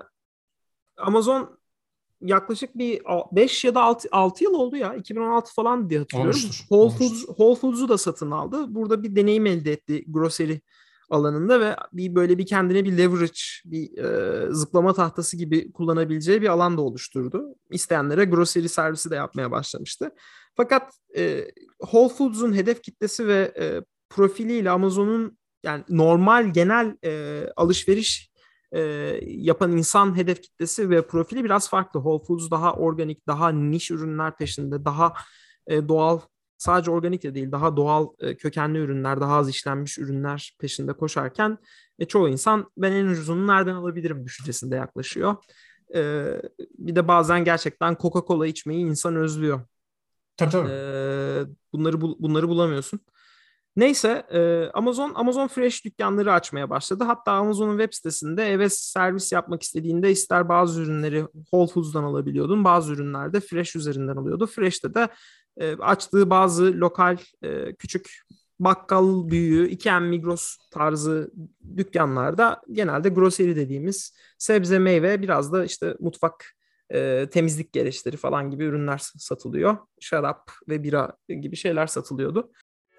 Amazon yaklaşık bir 5 ya da 6 yıl oldu ya. 2016 falan diye hatırlıyorum. Whole Foods'u da satın aldı. Burada bir deneyim elde etti grocery alanında ve böyle bir kendine bir leverage, bir zıplama tahtası gibi kullanabileceği bir alan da oluşturdu. İsteyenlere grocery servisi de yapmaya başlamıştı. Fakat Whole Foods'un hedef kitlesi ve profiliyle Amazon'un yani normal genel alışveriş yapan insan hedef kitlesi ve profili biraz farklı. Whole Foods daha organik, daha niş ürünler peşinde, daha doğal, sadece organik de değil, daha doğal kökenli ürünler, daha az işlenmiş ürünler peşinde koşarken çoğu insan ben en ucuzunu nereden alabilirim düşüncesinde yaklaşıyor. Bir de bazen gerçekten Coca-Cola içmeyi insan özlüyor. Tabii. Bunları bulamıyorsun. Neyse Amazon Fresh dükkanları açmaya başladı. Hatta Amazon'un web sitesinde eve servis yapmak istediğinde ister bazı ürünleri Whole Foods'dan alabiliyordun. Bazı ürünler de Fresh üzerinden alıyordu. Fresh'te de açtığı bazı lokal küçük bakkal büyüğü 2M Migros tarzı dükkanlarda genelde grocery dediğimiz sebze meyve biraz da işte mutfak temizlik gereçleri falan gibi ürünler satılıyor. Şarap ve bira gibi şeyler satılıyordu.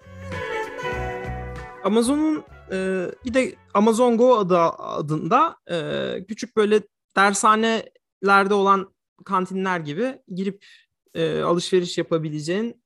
Amazon'un bir de Amazon Go adında küçük böyle dershanelerde olan kantinler gibi girip alışveriş yapabileceğin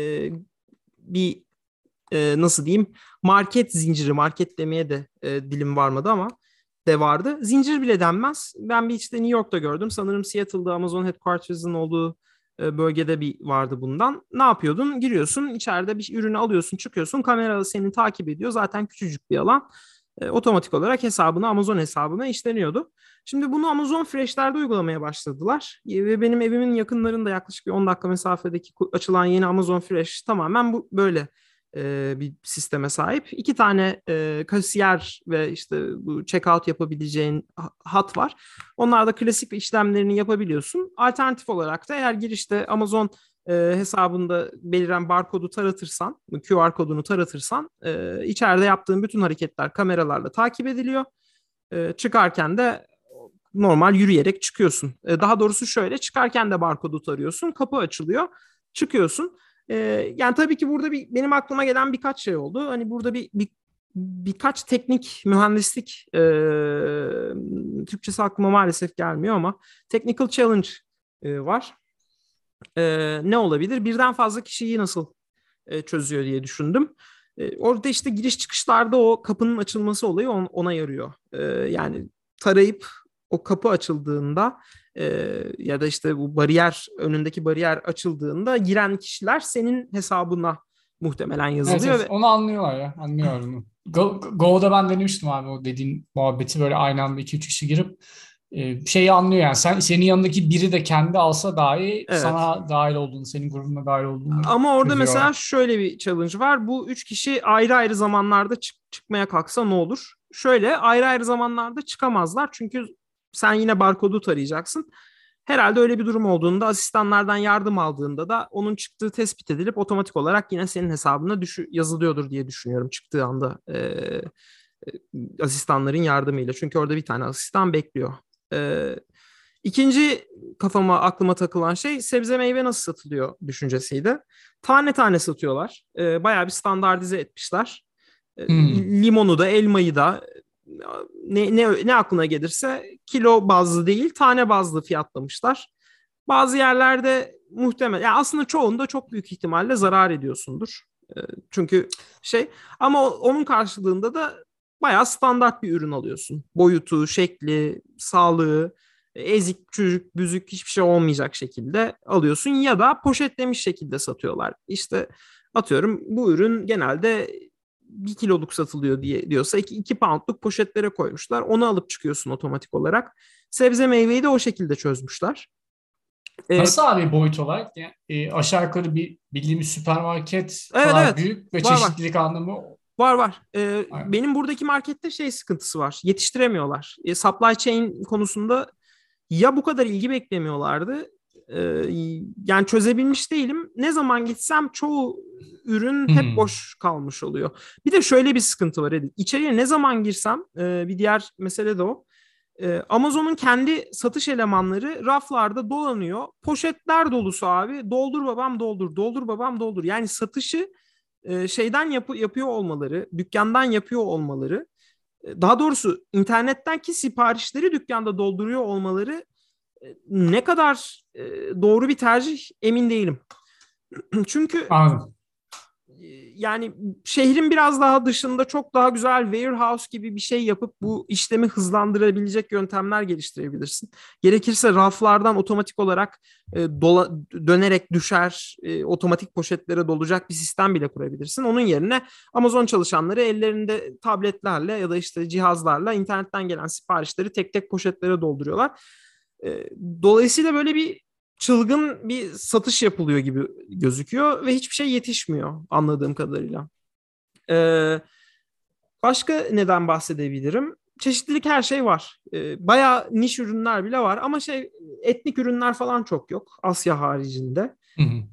bir nasıl diyeyim market zinciri, market demeye de dilim varmadı ama de vardı. Zincir bile denmez. Ben bir işte New York'ta gördüm. Sanırım Seattle'da Amazon Headquarters'ın olduğu bölgede bir vardı bundan. Ne yapıyordun? Giriyorsun, içeride bir ürünü alıyorsun, çıkıyorsun. Kamera seni takip ediyor. Zaten küçücük bir alan. Otomatik olarak Amazon hesabına işleniyordu. Şimdi bunu Amazon Fresh'lerde uygulamaya başladılar. Ve benim evimin yakınlarında yaklaşık bir 10 dakika mesafedeki açılan yeni Amazon Fresh tamamen böyle bir sisteme sahip. 2 tane kasiyer ve işte bu checkout yapabileceğin hat var. Onlarda klasik işlemlerini yapabiliyorsun. Alternatif olarak da eğer girişte Amazon hesabında beliren barkodu taratırsan, QR kodunu taratırsan içeride yaptığın bütün hareketler kameralarla takip ediliyor. Çıkarken de normal yürüyerek çıkıyorsun. Daha doğrusu şöyle çıkarken de barkodu tarıyorsun. Kapı açılıyor. Çıkıyorsun. Yani tabii ki burada benim aklıma gelen birkaç şey oldu. Hani burada birkaç teknik mühendislik Türkçesi aklıma maalesef gelmiyor ama technical challenge var. Ne olabilir? Birden fazla kişiyi nasıl çözüyor diye düşündüm. Orada işte giriş çıkışlarda o kapının açılması olayı ona yarıyor. Yani tarayıp o kapı açıldığında ya da işte bu önündeki bariyer açıldığında giren kişiler senin hesabına muhtemelen yazılıyor. Evet, onu anlıyorlar ya. Anlıyorum. Go'da ben denemiştim abi o dediğin muhabbeti böyle aynı anda 2-3 kişi girip şeyi anlıyor yani. Senin yanındaki biri de kendi alsa dahi evet. Sana dahil olduğunu, senin grubuna dahil olduğunu ama orada mesela şöyle bir challenge var. Bu 3 kişi ayrı ayrı zamanlarda çıkmaya kalksa ne olur? Şöyle ayrı ayrı zamanlarda çıkamazlar. Çünkü sen yine barkodu tarayacaksın. Herhalde öyle bir durum olduğunda asistanlardan yardım aldığında da onun çıktığı tespit edilip otomatik olarak yine senin hesabına yazılıyordur diye düşünüyorum çıktığı anda asistanların yardımıyla. Çünkü orada bir tane asistan bekliyor. İkinci aklıma takılan şey sebze meyve nasıl satılıyor düşüncesiydi. Tane tane satıyorlar. Bayağı bir standartize etmişler. Limonu da elmayı da ne aklına gelirse kilo bazlı değil tane bazlı fiyatlamışlar. Bazı yerlerde muhtemel yani aslında çoğunda çok büyük ihtimalle zarar ediyorsundur. Çünkü ama onun karşılığında da bayağı standart bir ürün alıyorsun. Boyutu, şekli, sağlığı, ezik, çürük, büzük hiçbir şey olmayacak şekilde alıyorsun ya da poşetlemiş şekilde satıyorlar. İşte atıyorum bu ürün genelde 1 kiloluk satılıyor diyorsa 2 poundluk poşetlere koymuşlar. Onu alıp çıkıyorsun otomatik olarak. Sebze meyveyi de o şekilde çözmüşler. Nasıl abi boyut olarak? Yani, aşağı yukarı bir bildiğimiz süpermarket Evet, kadar evet. büyük ve Var, çeşitlilik anlamı. Var. Aynen. Benim buradaki markette sıkıntısı var. Yetiştiremiyorlar. Supply chain konusunda ya bu kadar ilgi beklemiyorlardı. e, Yani çözebilmiş değilim. Ne zaman gitsem çoğu ürün hep Hmm. boş kalmış oluyor. Bir de şöyle bir sıkıntı var Edil. İçeriye ne zaman girsem bir diğer mesele de o. Amazon'un kendi satış elemanları raflarda dolanıyor. Poşetler dolusu abi. Doldur babam doldur. Doldur babam doldur. Yani satışı şeyden yapıyor olmaları, dükkandan yapıyor olmaları, daha doğrusu internetteki siparişleri dükkanda dolduruyor olmaları ne kadar doğru bir tercih emin değilim. Çünkü Anladım. yani şehrin biraz daha dışında çok daha güzel warehouse gibi bir şey yapıp bu işlemi hızlandırabilecek yöntemler geliştirebilirsin. Gerekirse raflardan otomatik olarak dönerek düşer, otomatik poşetlere dolacak bir sistem bile kurabilirsin. Onun yerine Amazon çalışanları ellerinde tabletlerle ya da işte cihazlarla internetten gelen siparişleri tek tek poşetlere dolduruyorlar. Dolayısıyla böyle bir çılgın bir satış yapılıyor gibi gözüküyor ve hiçbir şey yetişmiyor anladığım kadarıyla. Başka neden bahsedebilirim? Çeşitlilik her şey var. Bayağı niş ürünler bile var ama etnik ürünler falan çok yok Asya haricinde. Hı hı.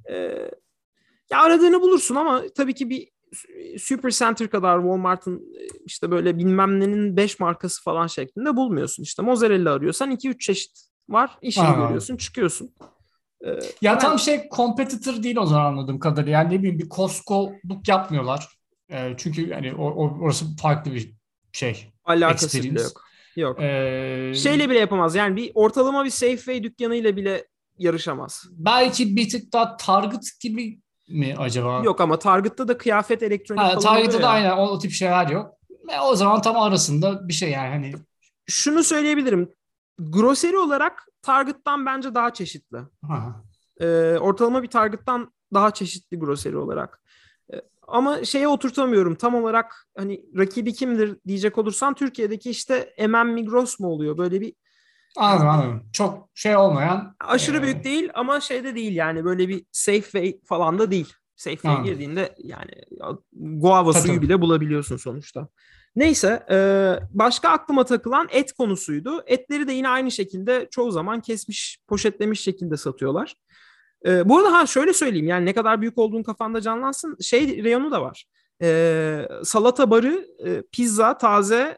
Ya aradığını bulursun ama tabii ki bir Supercenter kadar Walmart'ın işte böyle bilmem nenin 5 markası falan şeklinde bulmuyorsun. İşte mozzarella arıyorsan 2-3 çeşit var. İşini görüyorsun, Anladım. çıkıyorsun. Ya Ben tam competitor değil o zaman anladığım kadarıyla. Yani ne bileyim bir Costco'luk yapmıyorlar. Çünkü yani orası farklı bir şey. alakası bile Experience. yok. Yok. Ee, Şeyle bile yapamaz. Yani bir ortalama bir Safeway dükkanıyla bile yarışamaz. belki bir tık daha Target gibi mi acaba? Yok ama Target'ta da kıyafet, elektronik Ha, falan oluyor Target'ta da ya. aynen o tip şeyler yok. O zaman tam arasında bir şey yani hani. Şunu söyleyebilirim. Grocery olarak Target'tan bence daha çeşitli. Ha. Ortalama bir Target'tan daha çeşitli grocery olarak. Ama şeye oturtamıyorum. Tam olarak hani rakibi kimdir diyecek olursan Türkiye'deki işte Migros mu oluyor? Böyle bir Anladım anladım. Çok şey olmayan aşırı büyük değil ama şeyde değil yani böyle bir Safeway falan da değil. Safeway'e anladım. girdiğinde yani guava Tabii suyu tabii. bile bulabiliyorsun sonuçta. Neyse başka aklıma takılan et konusuydu. Etleri de yine aynı şekilde çoğu zaman kesmiş, poşetlemiş şekilde satıyorlar. Bu arada şöyle söyleyeyim yani ne kadar büyük olduğun kafanda canlansın reyonu da var. Salata barı, pizza, taze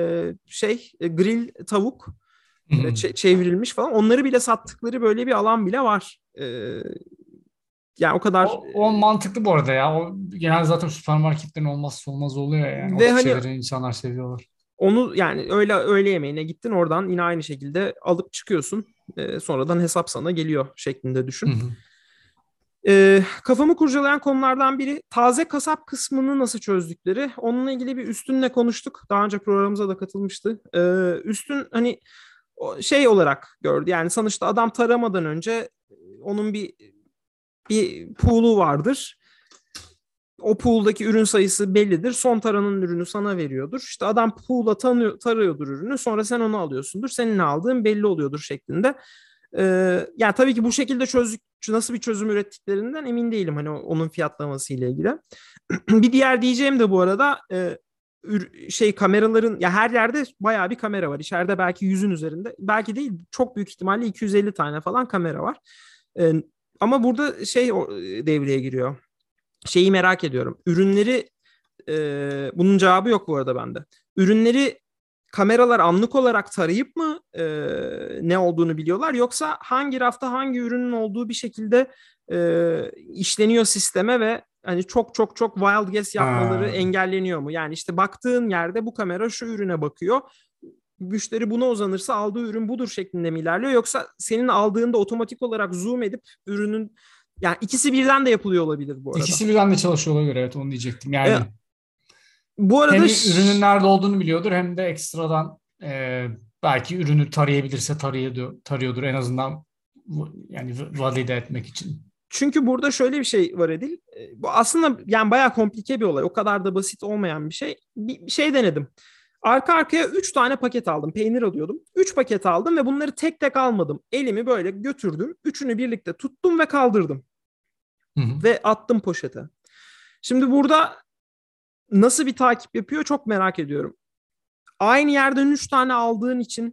grill tavuk Hı hı. çevrilmiş falan. Onları bile sattıkları böyle bir alan bile var. Yani o kadar O mantıklı bu arada ya. O genel zaten süpermarketlerin olmazsa olmaz oluyor ya yani. O ve tip hani şeyleri insanlar seviyorlar. onu yani öğle yemeğine gittin oradan yine aynı şekilde alıp çıkıyorsun. Sonradan hesap sana geliyor şeklinde Hı düşün. hı. Kafamı kurcalayan konulardan biri taze kasap kısmını nasıl çözdükleri. Onunla ilgili bir Üstün'le konuştuk. Daha önce programımıza da katılmıştı. Üstün hani olarak gördü. Yani sonuçta adam taramadan önce onun bir pool'u vardır. O pool'daki ürün sayısı bellidir. Son taranan ürünü sana veriyordur. İşte adam pool'la tarıyordur ürünü. Sonra sen onu alıyorsundur. Senin ne aldığın belli oluyordur şeklinde. Yani tabii ki bu şekilde nasıl bir çözüm ürettiklerinden emin değilim. Hani onun fiyatlaması ile ilgili. Bir diğer diyeceğim de bu arada kameraların ya her yerde bayağı bir kamera var. İçeride belki 100'ün üzerinde. Belki değil çok büyük ihtimalle 250 tane falan kamera var. Ee, Ama burada devreye giriyor. Şeyi merak ediyorum. Bunun cevabı yok bu arada bende. Ürünleri kameralar anlık olarak tarayıp mı ne olduğunu biliyorlar yoksa hangi rafta hangi ürünün olduğu bir şekilde işleniyor sisteme ve hani çok çok çok wild guess yapmaları Ha, engelleniyor mu? Yani işte baktığın yerde bu kamera şu ürüne bakıyor. Müşteri buna uzanırsa aldığı ürün budur şeklinde mi ilerliyor yoksa senin aldığında otomatik olarak zoom edip ürünün Yani ikisi birden de yapılıyor olabilir bu arada. İkisi birden de çalışıyor olabilir, evet, onu diyecektim. Yani bu arada hem ürünün nerede olduğunu biliyordur hem de ekstradan belki ürünü tarayabilirse tarıyordur en azından, yani valide etmek için. Çünkü burada şöyle bir şey var Edil. Bu aslında yani bayağı komplike bir olay. O kadar da basit olmayan bir şey. Bir şey denedim. Arka arkaya 3 tane paket aldım. Peynir alıyordum. 3 paket aldım ve bunları tek tek almadım. Elimi böyle götürdüm. Üçünü birlikte tuttum ve kaldırdım. Hı-hı. Ve attım poşete. Şimdi burada nasıl bir takip yapıyor çok merak ediyorum. Aynı yerden 3 tane aldığın için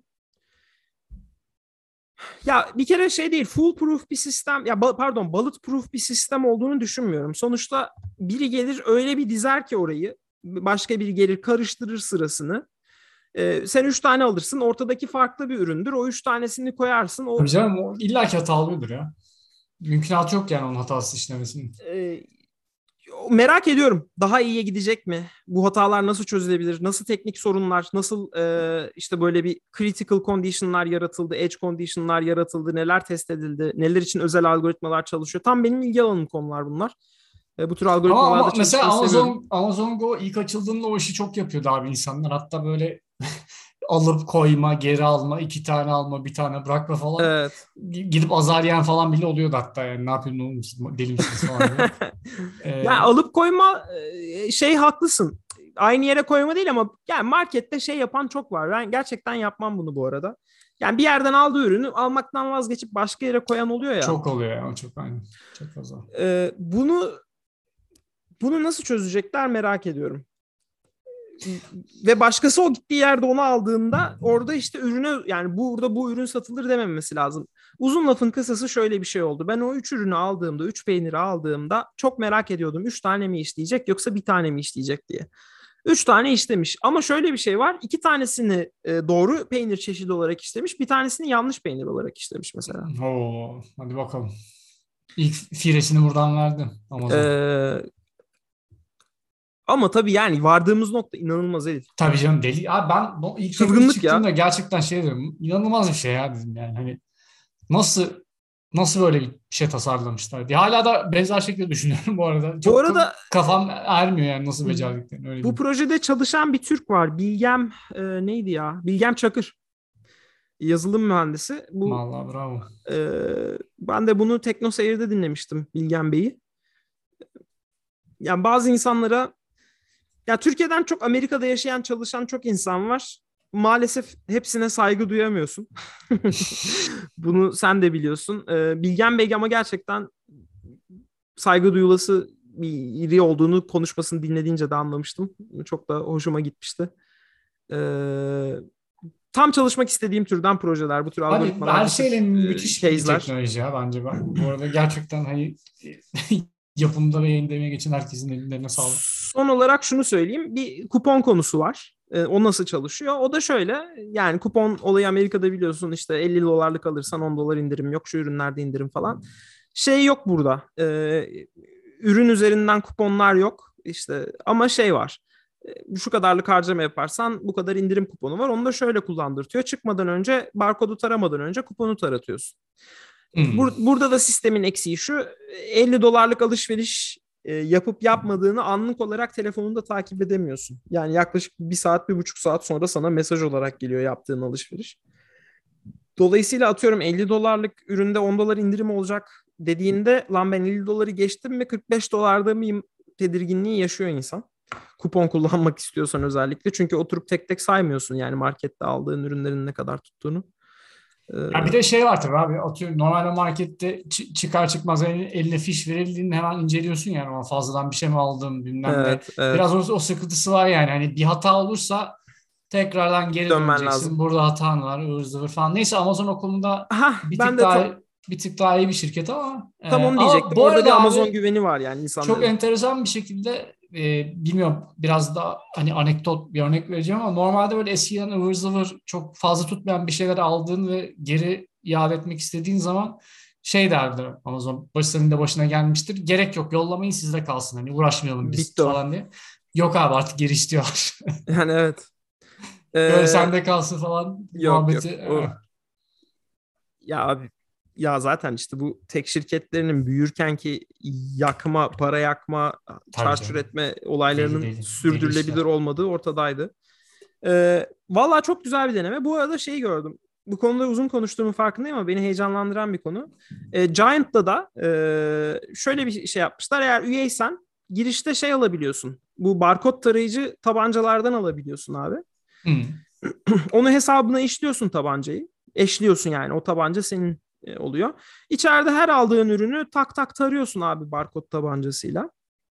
ya bir kere şey değil, foolproof bir sistem, ya pardon, bulletproof bir sistem olduğunu düşünmüyorum. Sonuçta biri gelir öyle bir dizer ki orayı, başka biri gelir karıştırır sırasını. Sen 3 tane alırsın, ortadaki farklı bir üründür. O 3 tanesini koyarsın. Tabii canım, o illaki hatalıydır ya. Mümkünatı yok yani onun hatası işlemesinin. Merak ediyorum. Daha iyiye gidecek mi? Bu hatalar nasıl çözülebilir? Nasıl teknik sorunlar? Nasıl işte böyle bir critical condition'lar yaratıldı? Edge condition'lar yaratıldı? Neler test edildi? Neler için özel algoritmalar çalışıyor? Tam benim ilgi alanım konular bunlar. Bu tür algoritmalarda ama mesela çalışmayı seviyorum. Amazon Go ilk açıldığında o işi çok yapıyordu abi insanlar. Hatta böyle alıp koyma, geri alma, 2 tane alma, bir tane bırakma falan. Evet. Gidip azar yiyen falan bile oluyordu hatta, yani ne yapıyorsun oğlum, deli misiniz falan diye. Yani alıp koyma şey haklısın. Aynı yere koyma değil ama yani markette şey yapan çok var. Ben gerçekten yapmam bunu bu arada. Yani bir yerden aldığı ürünü almaktan vazgeçip başka yere koyan oluyor ya. Çok oluyor ya, çok aynı. Çok fazla. Bunu nasıl çözecekler merak ediyorum. Ve başkası o gittiği yerde onu aldığında orada işte ürüne, yani burada bu ürün satılır dememesi lazım. Uzun lafın kısası şöyle bir şey oldu. Ben o 3 ürünü aldığımda, 3 peyniri aldığımda çok merak ediyordum. 3 tane mi işleyecek yoksa bir tane mi işleyecek diye. 3 tane işlemiş ama şöyle bir şey var. 2 tanesini doğru peynir çeşidi olarak işlemiş. Bir tanesini yanlış peynir olarak işlemiş mesela. Oo, hadi bakalım. İlk firesini buradan verdi Amazon. Ama tabii yani vardığımız nokta inanılmaz değil. Tabii canım, deli. Abi ben ilk Çılgınlık çıktığımda ya. gerçekten şey dedim. İnanılmaz bir şey ya dedim yani. Hani nasıl böyle bir şey tasarlamışlar diye. Hala da benzer şekilde düşünüyorum bu arada. Bu Çok arada kafam ermiyor yani nasıl becerdiklerini, öyle bu diyeyim. projede çalışan bir Türk var. Bilgem neydi ya? Bilgem Çakır. Yazılım mühendisi. Vallahi bravo. Ben de bunu Tekno Seyir'de dinlemiştim Bilgem Bey'i. Yani bazı insanlara, ya Türkiye'den çok Amerika'da yaşayan çalışan çok insan var. Maalesef hepsine saygı duyamıyorsun. Bunu sen de biliyorsun. Bilgen Bey ama gerçekten saygı duyulası biri olduğunu konuşmasını dinlediğince de anlamıştım. Çok da hoşuma gitmişti. Tam çalışmak istediğim türden projeler, bu tür Abi algoritmalar, her bu şeyle tür müthiş bir case'ler. teknoloji ya bence. Ben bu arada gerçekten hani yapımda ve yayın demeye geçen herkesin ellerine sağlık. Son olarak şunu söyleyeyim. Bir kupon konusu var. O nasıl çalışıyor? O da şöyle. Yani kupon olayı Amerika'da biliyorsun, işte 50 dolarlık alırsan 10 dolar indirim yok. Şu ürünlerde indirim falan. Şey yok burada. Ürün üzerinden kuponlar yok. İşte ama şey var. Şu kadarlık harcama yaparsan bu kadar indirim kuponu var. Onu da şöyle kullandırtıyor. Çıkmadan önce, barkodu taramadan önce kuponu taratıyorsun. Burada da sistemin eksiği şu: 50 dolarlık alışveriş yapıp yapmadığını anlık olarak telefonunda takip edemiyorsun. Yani yaklaşık 1 saat, 1,5 saat sonra sana mesaj olarak geliyor yaptığın alışveriş. Dolayısıyla atıyorum 50 dolarlık üründe 10 dolar indirim olacak dediğinde, lan ben 50 doları geçtim mi, 45 dolarda mıyım tedirginliği yaşıyor insan. Kupon kullanmak istiyorsan özellikle. Çünkü oturup tek tek saymıyorsun yani markette aldığın ürünlerin ne kadar tuttuğunu. Ya bir de şey var tabii abi, atıyorum normalde markette çıkar çıkmaz eline fiş verildiğinde hemen inceliyorsun yani, ama fazladan bir şey mi aldım bilmem ne. Evet, evet. Biraz o sıkıntısı var yani, hani bir hata olursa tekrardan geri Dönmen döneceksin. lazım. Burada hatan var, ıvır zıvır falan. Neyse, Amazon o konuda bir Ben tık de daha iyi bir şirket ama tam onu ama diyecektim. bu Orada bir arada Amazon abi güveni var yani çok insanların. enteresan bir şekilde bilmiyorum, biraz da hani anekdot bir örnek vereceğim ama normalde böyle eskiden ıvır zıvır çok fazla tutmayan bir şeyler aldığın ve geri iade etmek istediğin zaman şey derdi Amazon, senin de başına gelmiştir. Gerek yok, yollamayın, sizde kalsın, hani uğraşmayalım biz Bitti o. falan diye. Yok abi, artık geri istiyorlar. Yani evet. Böyle Ee, sende kalsın falan yok yok. muhabbeti. O, ya abi Ya zaten işte bu tek şirketlerinin büyürken ki para yakma, çarçur etme olaylarının sürdürülebilir olmadığı ortadaydı. Vallahi çok güzel bir deneme. Bu arada şeyi gördüm. Bu konuda uzun konuştuğumun farkındayım ama beni heyecanlandıran bir konu. Giant'ta da şöyle bir şey yapmışlar. Eğer üyeysen girişte şey alabiliyorsun. Bu barkod tarayıcı tabancalardan alabiliyorsun abi. Onu hesabına işliyorsun tabancayı. Eşliyorsun yani. O tabanca senin oluyor. İçeride her aldığın ürünü tak tak tarıyorsun abi barkod tabancasıyla.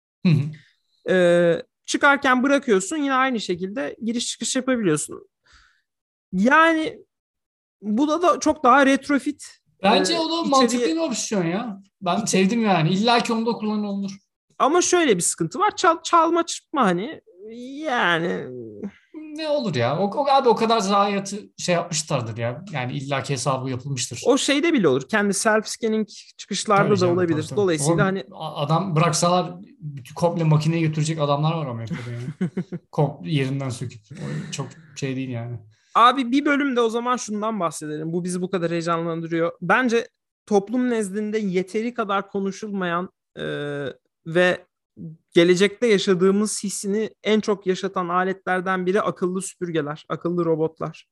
Çıkarken bırakıyorsun. Yine aynı şekilde giriş çıkış yapabiliyorsun. Yani bu da çok daha retrofit. Bence o da mantıklı bir opsiyon ya. Ben sevdim yani. İlla ki onda kullanılır. Ama şöyle bir sıkıntı var. Çalma çıkma hani. Yani ne olur ya? Abi o kadar zayiatı şey yapmışlardır ya. Yani illaki hesabı yapılmıştır. O şeyde bile olur. Kendi self scanning çıkışlarda tabii da olabilir. Tabii. Dolayısıyla hani adam bıraksalar komple makineye götürecek adamlar var Amerika'da yani. Yerinden söküp. O çok şey değil yani. Abi bir bölümde o zaman şundan bahsedelim. Bu bizi bu kadar heyecanlandırıyor. Bence toplum nezdinde yeteri kadar konuşulmayan ve gelecekte yaşadığımız hissini en çok yaşatan aletlerden biri akıllı süpürgeler, akıllı robotlar.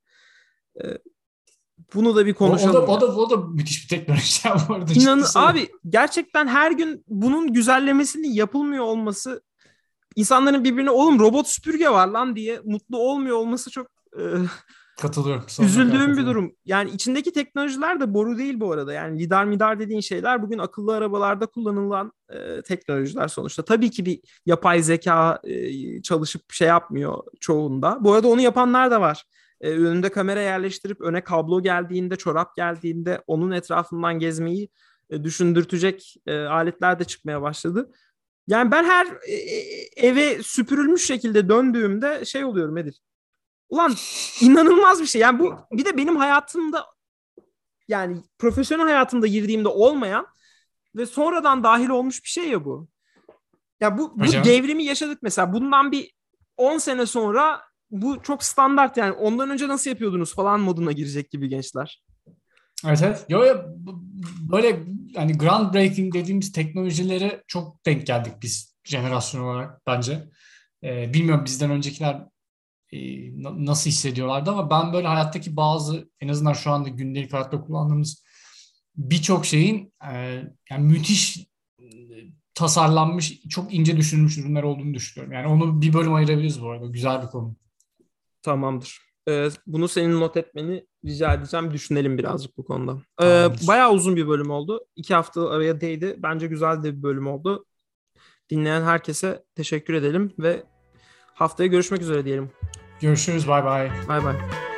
Bunu da bir konuşalım. O da müthiş bir teknoloji bu arada. Abi gerçekten her gün bunun güzellemesinin yapılmıyor olması, insanların birbirine oğlum robot süpürge var lan diye mutlu olmuyor olması çok katılıyorum. Üzüldüğüm bir durum. Yani içindeki teknolojiler de boru değil bu arada. Yani lidar midar dediğin şeyler bugün akıllı arabalarda kullanılan teknolojiler sonuçta. Tabii ki bir yapay zeka çalışıp şey yapmıyor çoğunda. Bu arada onu yapanlar da var. Önünde kamera yerleştirip öne kablo geldiğinde, çorap geldiğinde onun etrafından gezmeyi düşündürtecek aletler de çıkmaya başladı. Yani ben her eve süpürülmüş şekilde döndüğümde şey oluyorum Edil. Ulan inanılmaz bir şey. Yani bu bir de benim hayatımda yani profesyonel hayatımda girdiğimde olmayan ve sonradan dahil olmuş bir şey ya bu. Ya bu devrimi yaşadık mesela. Bundan bir 10 sene sonra bu çok standart yani. Ondan önce nasıl yapıyordunuz falan moduna girecek gibi gençler. Evet. Böyle hani groundbreaking dediğimiz teknolojilere çok denk geldik biz jenerasyon olarak bence. Bilmiyorum bizden öncekiler nasıl hissediyorlardı ama ben böyle hayattaki bazı en azından şu anda gündelik hayatta kullandığımız birçok şeyin yani müthiş tasarlanmış, çok ince düşünülmüş ürünler olduğunu düşünüyorum. Yani onu bir bölüm ayırabiliriz bu arada. Güzel bir konu. Tamamdır. Bunu senin not etmeni rica edeceğim. Düşünelim birazcık bu konuda. Bayağı uzun bir bölüm oldu. 2 hafta araya değdi. Bence güzel de bir bölüm oldu. Dinleyen herkese teşekkür edelim ve haftaya görüşmek üzere diyelim. Görüşürüz. Bye bye. Bye bye.